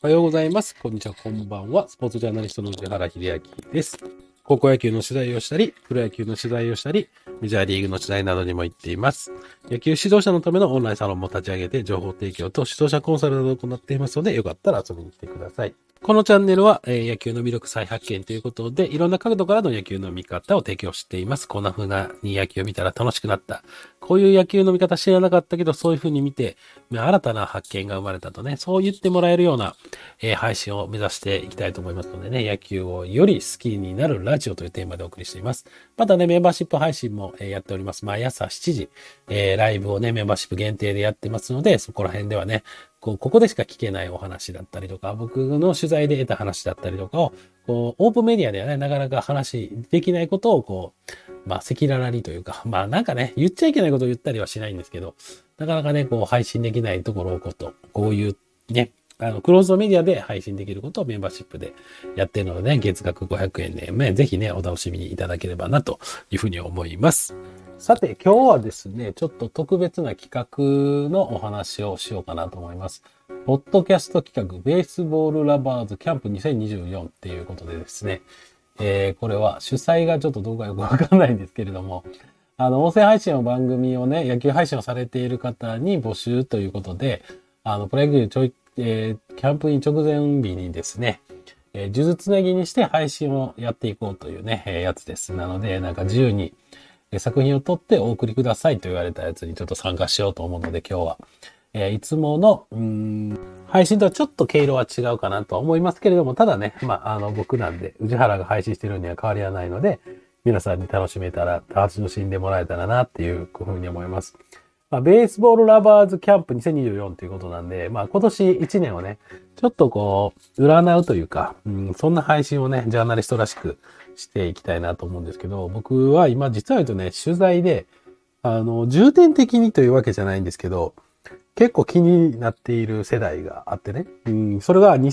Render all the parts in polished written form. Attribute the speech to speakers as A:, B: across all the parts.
A: おはようございます。こんにちは、こんばんは。スポーツジャーナリストの宇治原秀明です。高校野球の取材をしたり、プロ野球の取材をしたり、メジャーリーグの取材などにも行っています。野球指導者のためのオンラインサロンも立ち上げて、情報提供と指導者コンサルなどを行っていますので、よかったら遊びに来てください。このチャンネルは、野球の魅力再発見ということで、いろんな角度からの野球の見方を提供しています。こんな風に野球を見たら楽しくなった。こういう野球の見方知らなかったけど、そういう風に見て、新たな発見が生まれたとね、そう言ってもらえるような、配信を目指していきたいと思いますのでね、野球をより好きになるラジオというテーマでお送りしています。またね、メンバーシップ配信もやっております。毎朝7時、ライブをね、メンバーシップ限定でやってますので、そこら辺ではね、ここでしか聞けないお話だったりとか、僕の取材で得た話だったりとかを、オープンメディアではね、なかなか話できないことを、赤裸々にというか、なんかね、言っちゃいけないことを言ったりはしないんですけど、なかなかね、配信できないところをこういうね、クローズドメディアで配信できることをメンバーシップでやってるのでね、月額500円で、ぜひね、お楽しみにいただければなというふうに思います。さて、今日はですね、ちょっと特別な企画のお話をしようかなと思います。ポッドキャスト企画、ベースボールラバーズキャンプ2024っていうことでですね、これは主催がちょっとどうかよくわかんないんですけれども、音声配信の番組をね、野球配信をされている方に募集ということで、プロ野球キャンプイン直前日にですね、数珠つなぎにして配信をやっていこうというね、やつです。なので、なんか自由に作品を撮ってお送りくださいと言われたやつにちょっと参加しようと思うので今日は、いつもの配信とはちょっと毛色は違うかなとは思いますけれども、ただね、僕なんで宇治原が配信してるには変わりはないので、皆さんに楽しんでもらえたらなっていうふうに思います。ベースボールラバーズキャンプ2024ということなんで、今年1年をね、ちょっと占うというか、そんな配信をね、ジャーナリストらしくしていきたいなと思うんですけど、僕は今実は言うとね、取材で、重点的にというわけじゃないんですけど、結構気になっている世代があってね、それが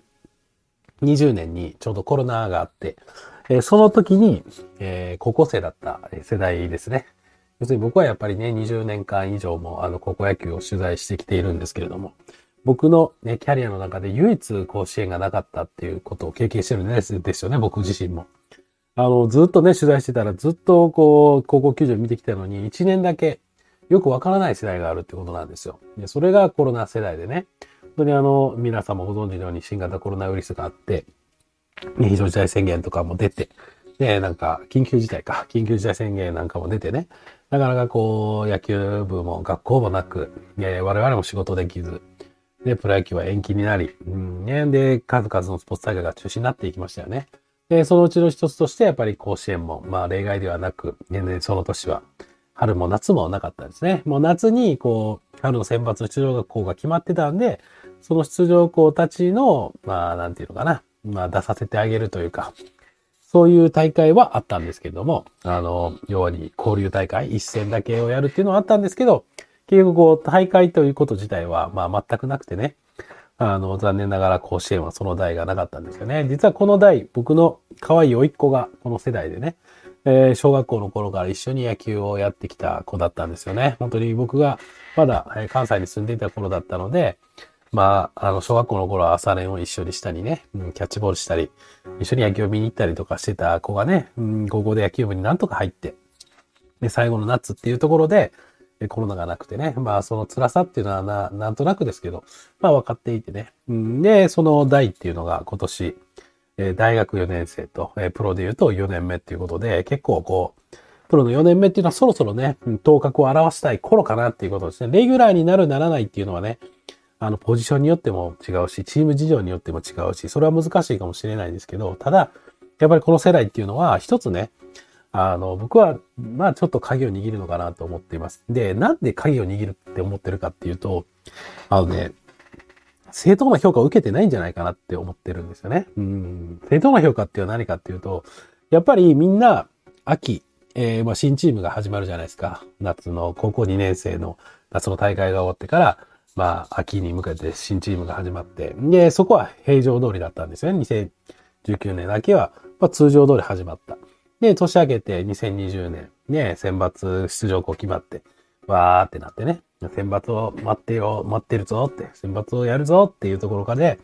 A: 2020年にちょうどコロナがあって、その時に、高校生だった世代ですね。要するに僕はやっぱりね、20年間以上も高校野球を取材してきているんですけれども、僕のね、キャリアの中で唯一甲子園がなかったっていうことを経験してるんですよね、僕自身も。ずっとね、取材してたらずっと高校球場見てきたのに、1年だけよくわからない世代があるってことなんですよ。で、それがコロナ世代でね、本当に皆さんもご存知のように新型コロナウイルスがあって、非常事態宣言とかも出て、で、なんか、緊急事態宣言なんかも出てね、なかなか野球部も学校もなく、我々も仕事できず、で、プロ野球は延期になり、で、数々のスポーツ大会が中止になっていきましたよね。で、そのうちの一つとして、やっぱり甲子園も、例外ではなく、その年は、春も夏もなかったですね。もう夏に、春の選抜の出場学校が決まってたんで、その出場校たちの、なんていうのかな、出させてあげるというか、そういう大会はあったんですけれども、要に交流大会、一戦だけをやるっていうのはあったんですけど、結局大会ということ自体は、全くなくてね、残念ながら甲子園はその代がなかったんですよね。実はこの代、僕の可愛い甥っ子がこの世代でね、小学校の頃から一緒に野球をやってきた子だったんですよね。本当に僕がまだ関西に住んでいた頃だったので、小学校の頃は朝練を一緒にしたりね、キャッチボールしたり、一緒に野球を見に行ったりとかしてた子がね、高校で野球部になんとか入って、で、最後の夏っていうところで、コロナがなくてね、その辛さっていうのはなんとなくですけど、分かっていてね。で、その代っていうのが今年、大学4年生と、プロで言うと4年目っていうことで、結構プロの4年目っていうのはそろそろね、頭角を表したい頃かなっていうことですね。レギュラーになるならないっていうのはね、ポジションによっても違うし、チーム事情によっても違うし、それは難しいかもしれないですけど、ただ、やっぱりこの世代っていうのは一つね、僕は、ちょっと鍵を握るのかなと思っています。で、なんで鍵を握るって思ってるかっていうと、正当な評価を受けてないんじゃないかなって思ってるんですよね。正当な評価っていうのは何かっていうと、やっぱりみんな、秋、新チームが始まるじゃないですか。夏の高校2年生の夏の大会が終わってから、秋に向けて新チームが始まって、で、そこは平常通りだったんですよね。2019年秋は、通常通り始まった。で、年明けて2020年、ね、選抜出場校決まって、わーってなってね、選抜を待ってるぞって、選抜をやるぞっていうところからで、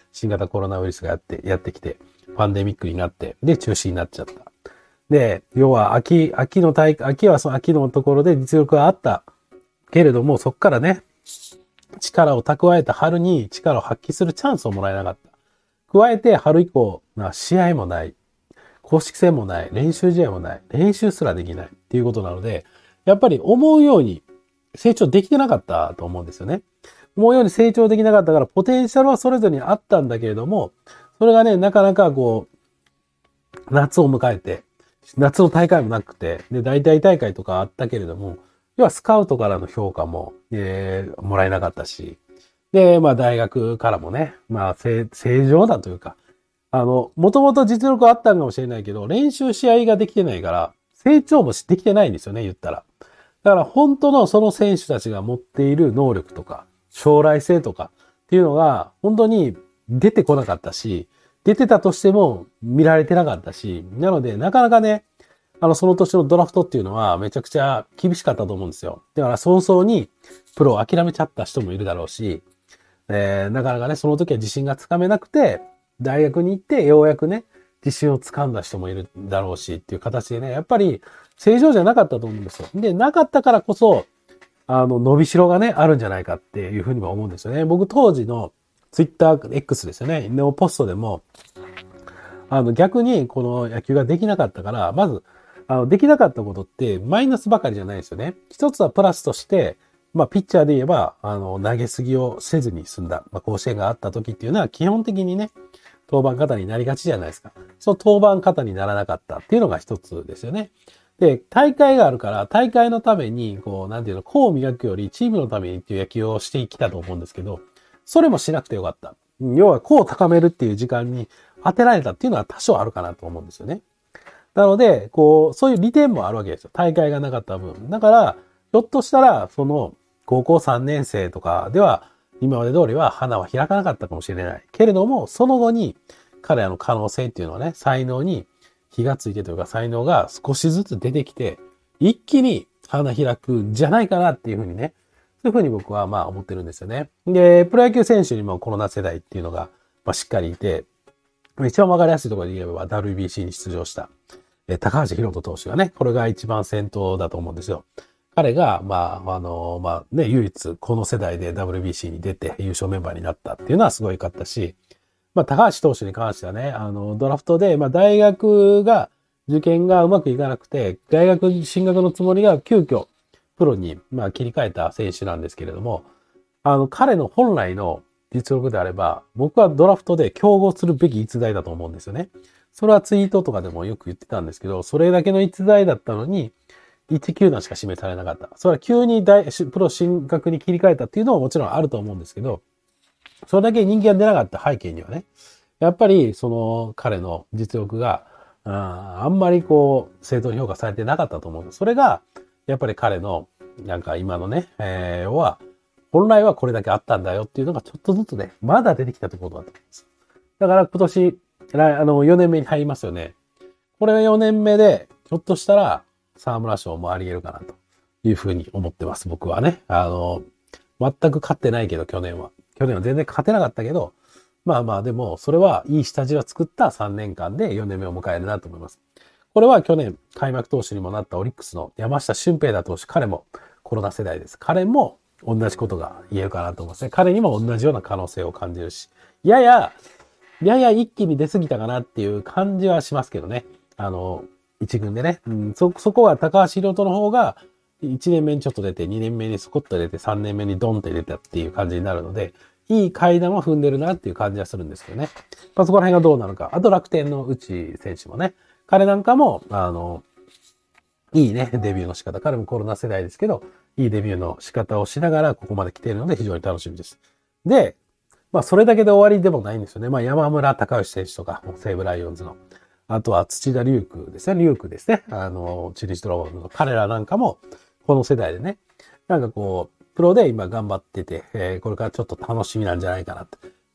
A: 新型コロナウイルスがやってきて、パンデミックになって、で、中止になっちゃった。で、要は秋はその秋のところで実力があったけれども、そこからね、力を蓄えた春に力を発揮するチャンスをもらえなかった。加えて春以降、試合もない、公式戦もない、練習試合もない、練習すらできないっていうことなので、やっぱり思うように成長できてなかったと思うんですよね。思うように成長できなかったから、ポテンシャルはそれぞれにあったんだけれども、それがね、なかなか夏を迎えて、夏の大会もなくて、で、大体大会とかあったけれども、要はスカウトからの評価も、もらえなかったし、で、大学からもね、正常だというか、もともと実力はあったのかもしれないけど、練習試合ができてないから、成長もできてないんですよね、言ったら。だから本当のその選手たちが持っている能力とか、将来性とかっていうのが、本当に出てこなかったし、出てたとしても見られてなかったし、なので、なかなかね、その年のドラフトっていうのはめちゃくちゃ厳しかったと思うんですよ。だから早々にプロを諦めちゃった人もいるだろうし、なかなかね、その時は自信がつかめなくて、大学に行ってようやくね、自信をつかんだ人もいるだろうしっていう形でね、やっぱり正常じゃなかったと思うんですよ。で、なかったからこそ、伸びしろがね、あるんじゃないかっていうふうにも思うんですよね。僕当時のツイッター X ですよね。ネオポストでも、逆にこの野球ができなかったから、まず、できなかったことってマイナスばかりじゃないですよね。一つはプラスとして、ピッチャーで言えば、投げすぎをせずに済んだ。甲子園があった時っていうのは基本的にね、登板方になりがちじゃないですか。その登板方にならなかったっていうのが一つですよね。で、大会があるから、大会のために、個を磨くよりチームのためにっていう野球をしてきたと思うんですけど、それもしなくてよかった。要は、個を高めるっていう時間に当てられたっていうのは多少あるかなと思うんですよね。なので、そういう利点もあるわけですよ。大会がなかった分。だから、ひょっとしたら、高校3年生とかでは、今まで通りは花は開かなかったかもしれない。けれども、その後に、彼らの可能性っていうのはね、才能に火がついてというか、才能が少しずつ出てきて、一気に花開くんじゃないかなっていうふうにね、そういうふうに僕は思ってるんですよね。で、プロ野球選手にもコロナ世代っていうのが、しっかりいて、一番わかりやすいところで言えば WBC に出場した、高橋宏斗投手がね、これが一番先頭だと思うんですよ。彼が、唯一この世代で WBC に出て優勝メンバーになったっていうのはすごい良かったし、高橋投手に関してはね、ドラフトで、大学が、受験がうまくいかなくて、大学進学のつもりが急遽、プロに、切り替えた選手なんですけれども、彼の本来の実力であれば、僕はドラフトで競合するべき逸材だと思うんですよね。それはツイートとかでもよく言ってたんですけど、それだけの逸材だったのに、1球団しか指名されなかった。それは急にプロ進学に切り替えたっていうのももちろんあると思うんですけど、それだけ人気が出なかった背景にはね、やっぱり彼の実力が、あんまり正当に評価されてなかったと思うんです。それが、やっぱり彼の、今のね、本来はこれだけあったんだよっていうのがちょっとずつね、まだ出てきたところだと思います。だから今年、4年目に入りますよね。これが4年目で、ひょっとしたら、沢村賞もあり得るかなというふうに思ってます、僕はね。全く勝ってないけど、去年は全然勝てなかったけど、でも、それはいい下地を作った3年間で4年目を迎えるなと思います。これは去年開幕投手にもなったオリックスの山下俊平太投手、彼もコロナ世代です。彼も同じことが言えるかなと思いますね。彼にも同じような可能性を感じるし、やや一気に出過ぎたかなっていう感じはしますけどね。一軍でね。そこは高橋宏斗の方が、1年目にちょっと出て、2年目にスコッと出て、3年目にドンって出たっていう感じになるので、いい階段を踏んでるなっていう感じはするんですけどね。そこら辺がどうなるか。あと楽天の内選手もね。彼なんかも、いいね、デビューの仕方。彼もコロナ世代ですけど、いいデビューの仕方をしながらここまで来ているので非常に楽しみです。で、それだけで終わりでもないんですよね。山村隆義選手とか、西武ライオンズの。あとは土田龍空ですね。龍空ですね。中日ドラゴンズの彼らなんかも、この世代でね、プロで今頑張ってて、これからちょっと楽しみなんじゃないかなって。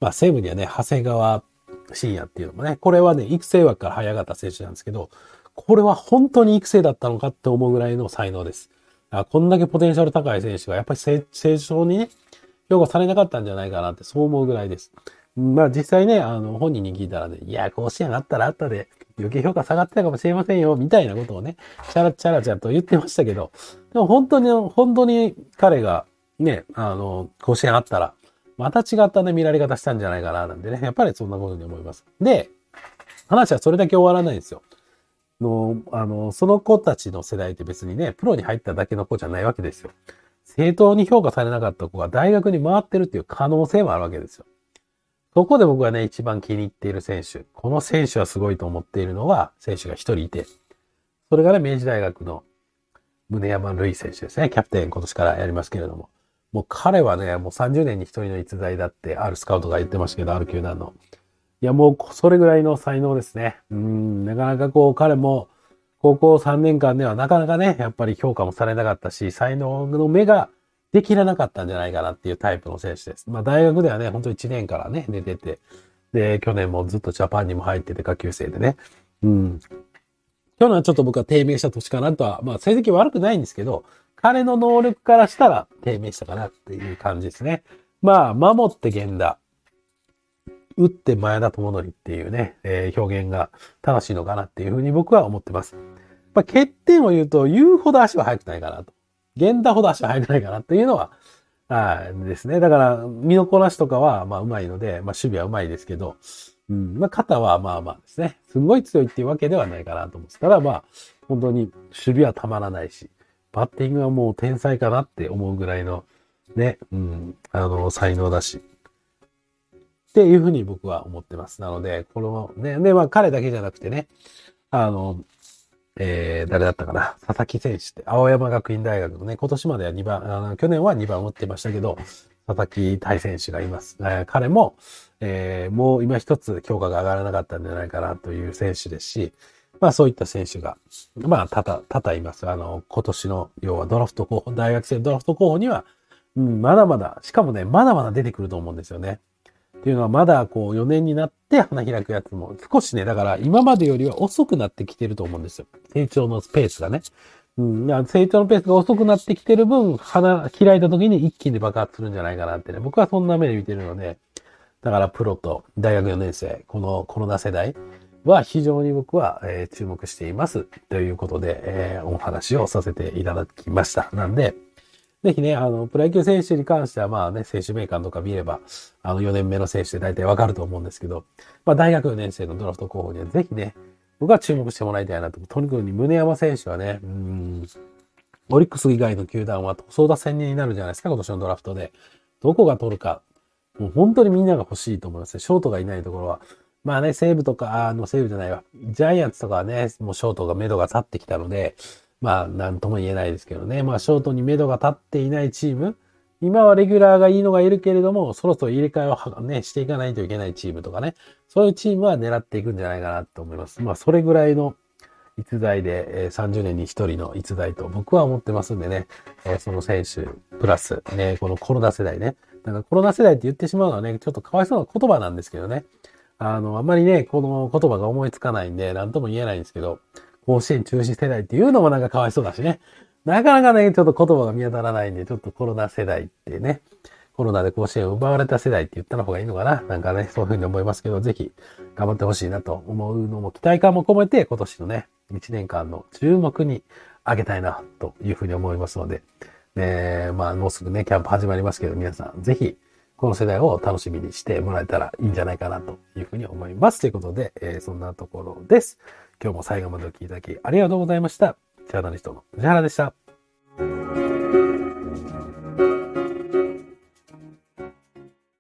A: 西武にはね、長谷川慎也っていうのもね、これはね、育成枠から早かった選手なんですけど、これは本当に育成だったのかって思うぐらいの才能です。こんだけポテンシャル高い選手がやっぱり成長にね、評価されなかったんじゃないかなってそう思うぐらいです。 まあ実際ね、本人に聞いたらね、いや、甲子園あったらあったで、余計評価下がってたかもしれませんよ、みたいなことをね、チャラチャラチャラと言ってましたけど、でも本当に彼がね、甲子園あったら、また違ったね、見られ方したんじゃないかな、なんでね、やっぱりそんなことに思います。で、話はそれだけ終わらないんですよ。その子たちの世代って別にね、プロに入っただけの子じゃないわけですよ。正当に評価されなかった子が大学に回ってるっていう可能性もあるわけですよ。そこで僕がね、一番気に入っている選手、この選手はすごいと思っているのは、選手が一人いて、それがね、明治大学の宗山瑠衣選手ですね。キャプテン今年からやりますけれども。もう彼はね、もう30年に一人の逸材だって、あるスカウトが言ってましたけど、ある球団の。いや、もうそれぐらいの才能ですね。なかなかこう、彼も、高校3年間ではなかなかね、やっぱり評価もされなかったし、才能の目ができらなかったんじゃないかなっていうタイプの選手です。まあ大学ではね、本当1年からね、出てて、で、去年もずっとジャパンにも入ってて下級生でね。去年はちょっと僕は低迷した年かなとは、まあ成績悪くないんですけど、彼の能力からしたら低迷したかなっていう感じですね。まあ、守って源田、打って前田智則っていうね、表現が正しいのかなっていうふうに僕は思ってます。まあ、欠点を言うと、言うほど足は速くないかなと。源田ほど足は速くないかなっていうのは、ですね。だから、身のこなしとかは、まあ、上手いので、まあ、守備は上手いですけど、まあ、肩はまあまあですね。すごい強いっていうわけではないかなと思うんですから、まあ、本当に守備はたまらないし、バッティングはもう天才かなって思うぐらいの、ね、才能だし、っていうふうに僕は思ってます。なので、このね、で、まあ彼だけじゃなくてね、誰だったかな、佐々木選手って、青山学院大学のね、今年までは2番、去年は2番打ってましたけど、佐々木大選手がいます。彼も、もう今一つ評価が上がらなかったんじゃないかなという選手ですし、まあそういった選手が、まあ多々います。今年の、要はドラフト候補、大学生ドラフト候補には、まだまだ、しかもね、まだまだ出てくると思うんですよね。っていうのはまだこう4年になって花開くやつも少しね、だから今までよりは遅くなってきてると思うんですよ。成長のペースがね。成長のペースが遅くなってきてる分、花開いた時に一気に爆発するんじゃないかなってね。僕はそんな目で見てるので、だからプロと大学4年生、このコロナ世代は非常に僕は、注目しています。ということで、お話をさせていただきました。なんで、ぜひね、プロ野球選手に関しては、まあね、選手名鑑とか見れば、4年目の選手で大体わかると思うんですけど、まあ、大学4年生のドラフト候補にはぜひね、僕は注目してもらいたいなと。とにかく宗山選手はね、オリックス以外の球団は塗装打線になるじゃないですか、今年のドラフトで。どこが取るか。もう本当にみんなが欲しいと思いますね。ショートがいないところは。まあね、西武とか、西武じゃないわ。ジャイアンツとかはね、もうショートが目処が立ってきたので、まあ、なんとも言えないですけどね。まあ、ショートに目処が立っていないチーム。今はレギュラーがいいのがいるけれども、そろそろ入れ替えをね、していかないといけないチームとかね。そういうチームは狙っていくんじゃないかなと思います。まあ、それぐらいの逸材で、30年に1人の逸材と僕は思ってますんでね。その選手、プラス、ね、このコロナ世代ね。なんかコロナ世代って言ってしまうのはね、ちょっとかわいそうな言葉なんですけどね。あんまりね、この言葉が思いつかないんで、なんとも言えないんですけど、甲子園中止世代っていうのもなんかかわいそうだしね。なかなかね、ちょっと言葉が見当たらないんで、ちょっとコロナ世代ってね、コロナで甲子園を奪われた世代って言った方がいいのかな。なんかね、そういうふうに思いますけど、ぜひ頑張ってほしいなと思うのも期待感も込めて、今年のね、1年間の注目にあげたいなというふうに思いますので、まあもうすぐね、キャンプ始まりますけど、皆さんぜひこの世代を楽しみにしてもらえたらいいんじゃないかなというふうに思います。ということで、そんなところです。今日も最後までお聞きいただきありがとうございました。ジャーナリストの藤原でした。